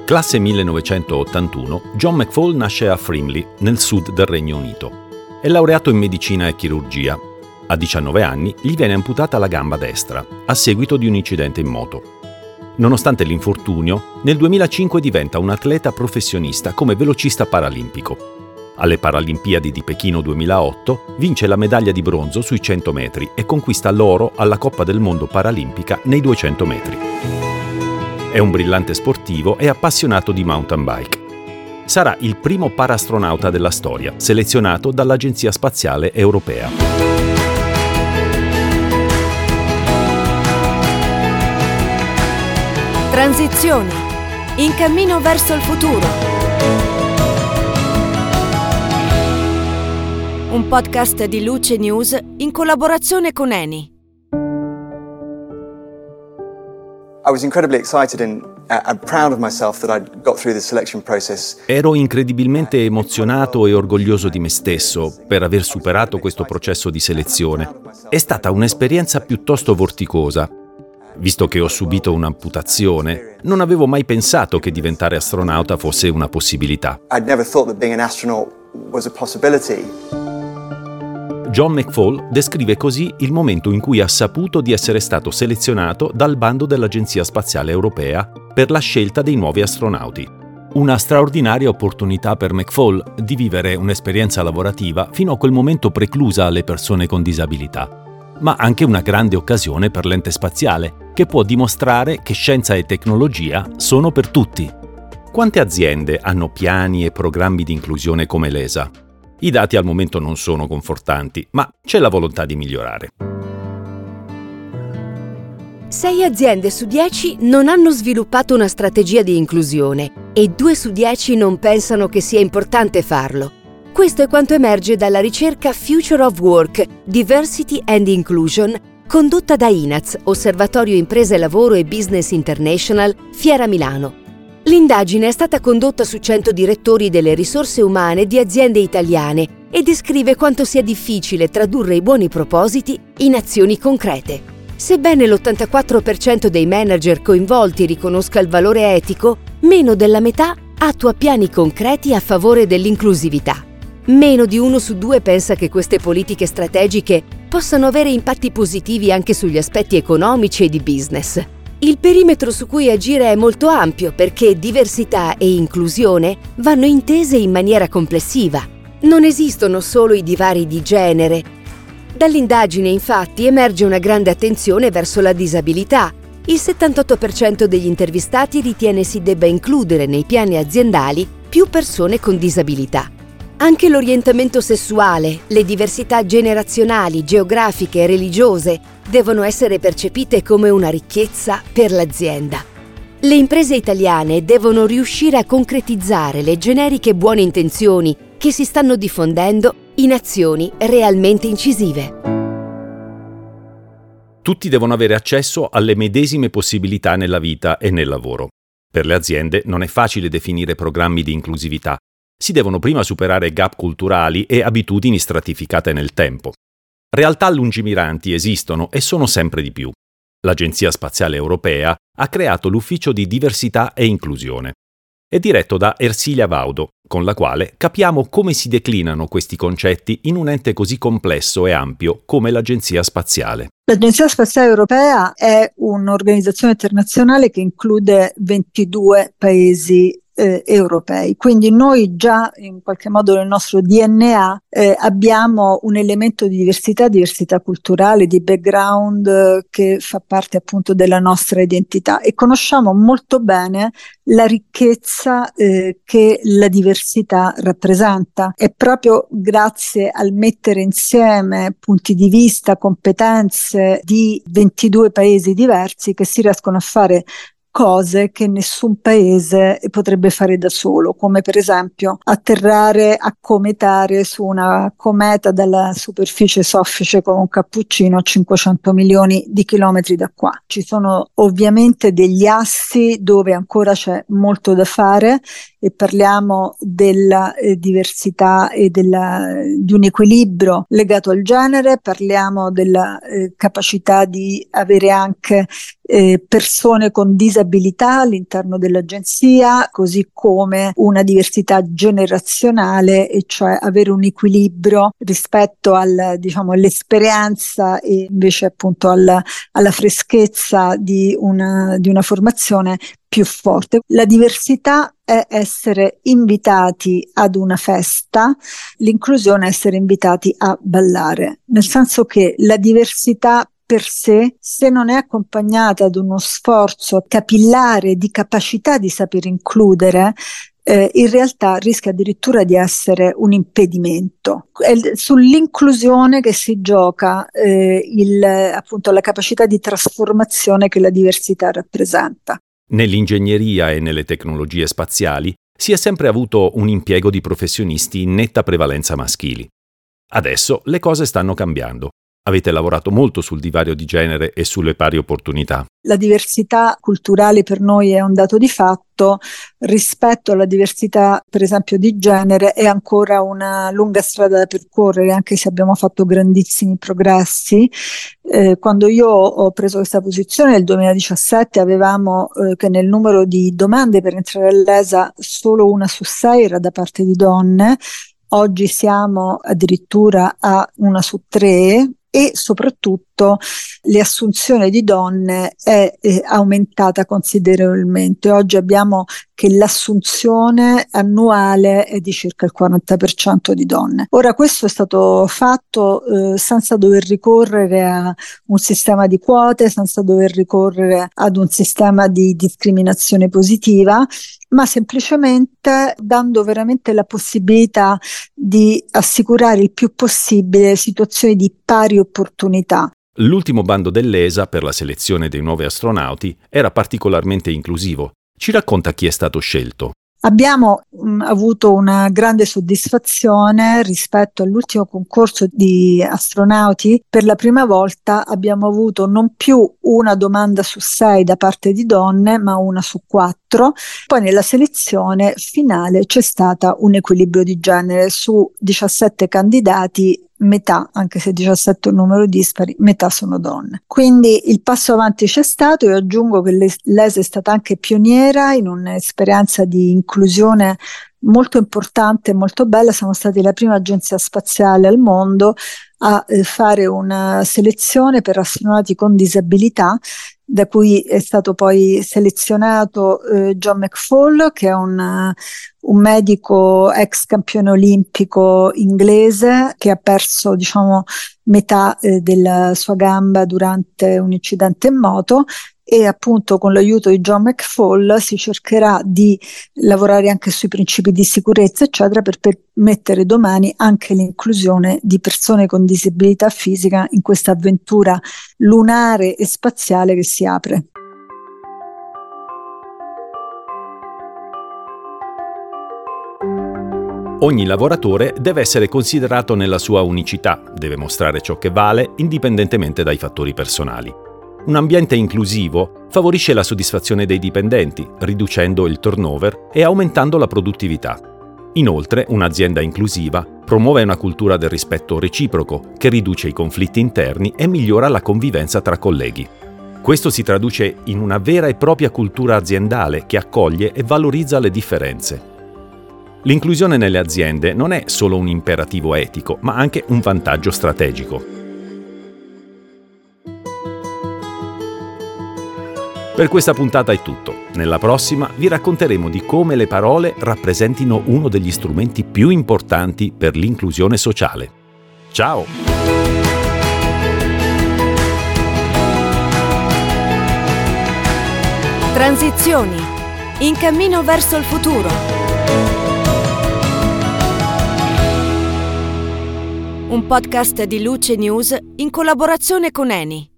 Classe 1981, John McFall nasce a Frimley, nel sud del Regno Unito. È laureato in medicina e chirurgia. A 19 anni gli viene amputata la gamba destra, a seguito di un incidente in moto. Nonostante l'infortunio, nel 2005 diventa un atleta professionista come velocista paralimpico. Alle Paralimpiadi di Pechino 2008 vince la medaglia di bronzo sui 100 metri e conquista l'oro alla Coppa del Mondo Paralimpica nei 200 metri. È un brillante sportivo e appassionato di mountain bike. Sarà il primo paraastronauta della storia, selezionato dall'Agenzia Spaziale Europea. Transizione. In cammino verso il futuro. Un podcast di Luce News in collaborazione con Eni. I was incredibly excited and proud of myself that I got through the selection process. Ero incredibilmente emozionato e orgoglioso di me stesso per aver superato questo processo di selezione. È stata un'esperienza piuttosto vorticosa. Visto che ho subito un'amputazione, non avevo mai pensato che diventare astronauta fosse una possibilità. I'd never thought that being an astronaut was a possibility. John McFall descrive così il momento in cui ha saputo di essere stato selezionato dal bando dell'Agenzia Spaziale Europea per la scelta dei nuovi astronauti. Una straordinaria opportunità per McFall di vivere un'esperienza lavorativa fino a quel momento preclusa alle persone con disabilità, ma anche una grande occasione per l'ente spaziale, che può dimostrare che scienza e tecnologia sono per tutti. Quante aziende hanno piani e programmi di inclusione come l'ESA? I dati al momento non sono confortanti, ma c'è la volontà di migliorare. 6 aziende su 10 non hanno sviluppato una strategia di inclusione e 2 su 10 non pensano che sia importante farlo. Questo è quanto emerge dalla ricerca Future of Work, Diversity and Inclusion, condotta da INAZ, Osservatorio Imprese Lavoro e Business International, Fiera Milano. L'indagine è stata condotta su 100 direttori delle risorse umane di aziende italiane e descrive quanto sia difficile tradurre i buoni propositi in azioni concrete. Sebbene l'84% dei manager coinvolti riconosca il valore etico, meno della metà attua piani concreti a favore dell'inclusività. Meno di 1 su 2 pensa che queste politiche strategiche possano avere impatti positivi anche sugli aspetti economici e di business. Il perimetro su cui agire è molto ampio perché diversità e inclusione vanno intese in maniera complessiva. Non esistono solo i divari di genere. Dall'indagine, infatti, emerge una grande attenzione verso la disabilità. Il 78% degli intervistati ritiene si debba includere nei piani aziendali più persone con disabilità. Anche l'orientamento sessuale, le diversità generazionali, geografiche e religiose devono essere percepite come una ricchezza per l'azienda. Le imprese italiane devono riuscire a concretizzare le generiche buone intenzioni che si stanno diffondendo in azioni realmente incisive. Tutti devono avere accesso alle medesime possibilità nella vita e nel lavoro. Per le aziende non è facile definire programmi di inclusività. Si devono prima superare gap culturali e abitudini stratificate nel tempo. Realtà lungimiranti esistono e sono sempre di più. L'Agenzia Spaziale Europea ha creato l'Ufficio di Diversità e Inclusione. È diretto da Ersilia Vaudo, con la quale capiamo come si declinano questi concetti in un ente così complesso e ampio come l'Agenzia Spaziale. L'Agenzia Spaziale Europea è un'organizzazione internazionale che include 22 paesi europei, quindi noi già in qualche modo nel nostro DNA abbiamo un elemento di diversità culturale, di background che fa parte appunto della nostra identità e conosciamo molto bene la ricchezza che la diversità rappresenta. È proprio grazie al mettere insieme punti di vista, competenze di 22 paesi diversi che si riescono a fare cose che nessun paese potrebbe fare da solo, come per esempio atterrare, accometare su una cometa dalla superficie soffice come un cappuccino a 500 milioni di chilometri da qua. Ci sono ovviamente degli assi dove ancora c'è molto da fare e parliamo della diversità e di un equilibrio legato al genere, parliamo della capacità di avere anche persone con disabilità all'interno dell'agenzia, così come una diversità generazionale, e cioè avere un equilibrio rispetto all'esperienza e invece appunto alla freschezza di una formazione più forte. La diversità è essere invitati ad una festa, l'inclusione è essere invitati a ballare, nel senso che la diversità per sé, se non è accompagnata ad uno sforzo capillare di capacità di saper includere, in realtà rischia addirittura di essere un impedimento. È sull'inclusione che si gioca appunto la capacità di trasformazione che la diversità rappresenta. Nell'ingegneria e nelle tecnologie spaziali si è sempre avuto un impiego di professionisti in netta prevalenza maschili. Adesso le cose stanno cambiando. Avete lavorato molto sul divario di genere e sulle pari opportunità. La diversità culturale per noi è un dato di fatto, rispetto alla diversità per esempio di genere è ancora una lunga strada da percorrere, anche se abbiamo fatto grandissimi progressi. Quando io ho preso questa posizione nel 2017 avevamo che nel numero di domande per entrare all'ESA solo 1 su 6 era da parte di donne. Oggi siamo addirittura a 1 su 3 e soprattutto le assunzioni di donne è aumentata considerevolmente. Oggi abbiamo che l'assunzione annuale è di circa il 40% di donne. Ora questo è stato fatto senza dover ricorrere a un sistema di quote, senza dover ricorrere ad un sistema di discriminazione positiva, ma semplicemente dando veramente la possibilità di assicurare il più possibile situazioni di pari opportunità. L'ultimo bando dell'ESA per la selezione dei nuovi astronauti era particolarmente inclusivo. Ci racconta chi è stato scelto? Abbiamo avuto una grande soddisfazione rispetto all'ultimo concorso di astronauti. Per la prima volta abbiamo avuto non più 1 domanda su 6 da parte di donne, ma 1 su 4. Poi nella selezione finale c'è stata un equilibrio di genere. Su 17 candidati, metà, anche se 17 è un numero dispari, metà sono donne. Quindi il passo avanti c'è stato, e aggiungo che l'ESA è stata anche pioniera in un'esperienza di inclusione molto importante e molto bella. Siamo stati la prima agenzia spaziale al mondo a fare una selezione per astronauti con disabilità, da cui è stato poi selezionato John McFall, che è un medico ex campione olimpico inglese che ha perso metà della sua gamba durante un incidente in moto, e appunto con l'aiuto di John McFall si cercherà di lavorare anche sui principi di sicurezza eccetera, per permettere domani anche l'inclusione di persone con disabilità fisica in questa avventura lunare e spaziale che si apre. Ogni lavoratore deve essere considerato nella sua unicità, deve mostrare ciò che vale indipendentemente dai fattori personali. Un ambiente inclusivo favorisce la soddisfazione dei dipendenti, riducendo il turnover e aumentando la produttività. Inoltre, un'azienda inclusiva promuove una cultura del rispetto reciproco, che riduce i conflitti interni e migliora la convivenza tra colleghi. Questo si traduce in una vera e propria cultura aziendale che accoglie e valorizza le differenze. L'inclusione nelle aziende non è solo un imperativo etico, ma anche un vantaggio strategico. Per questa puntata è tutto. Nella prossima vi racconteremo di come le parole rappresentino uno degli strumenti più importanti per l'inclusione sociale. Ciao! Transizioni. In cammino verso il futuro. Un podcast di Luce News in collaborazione con Eni.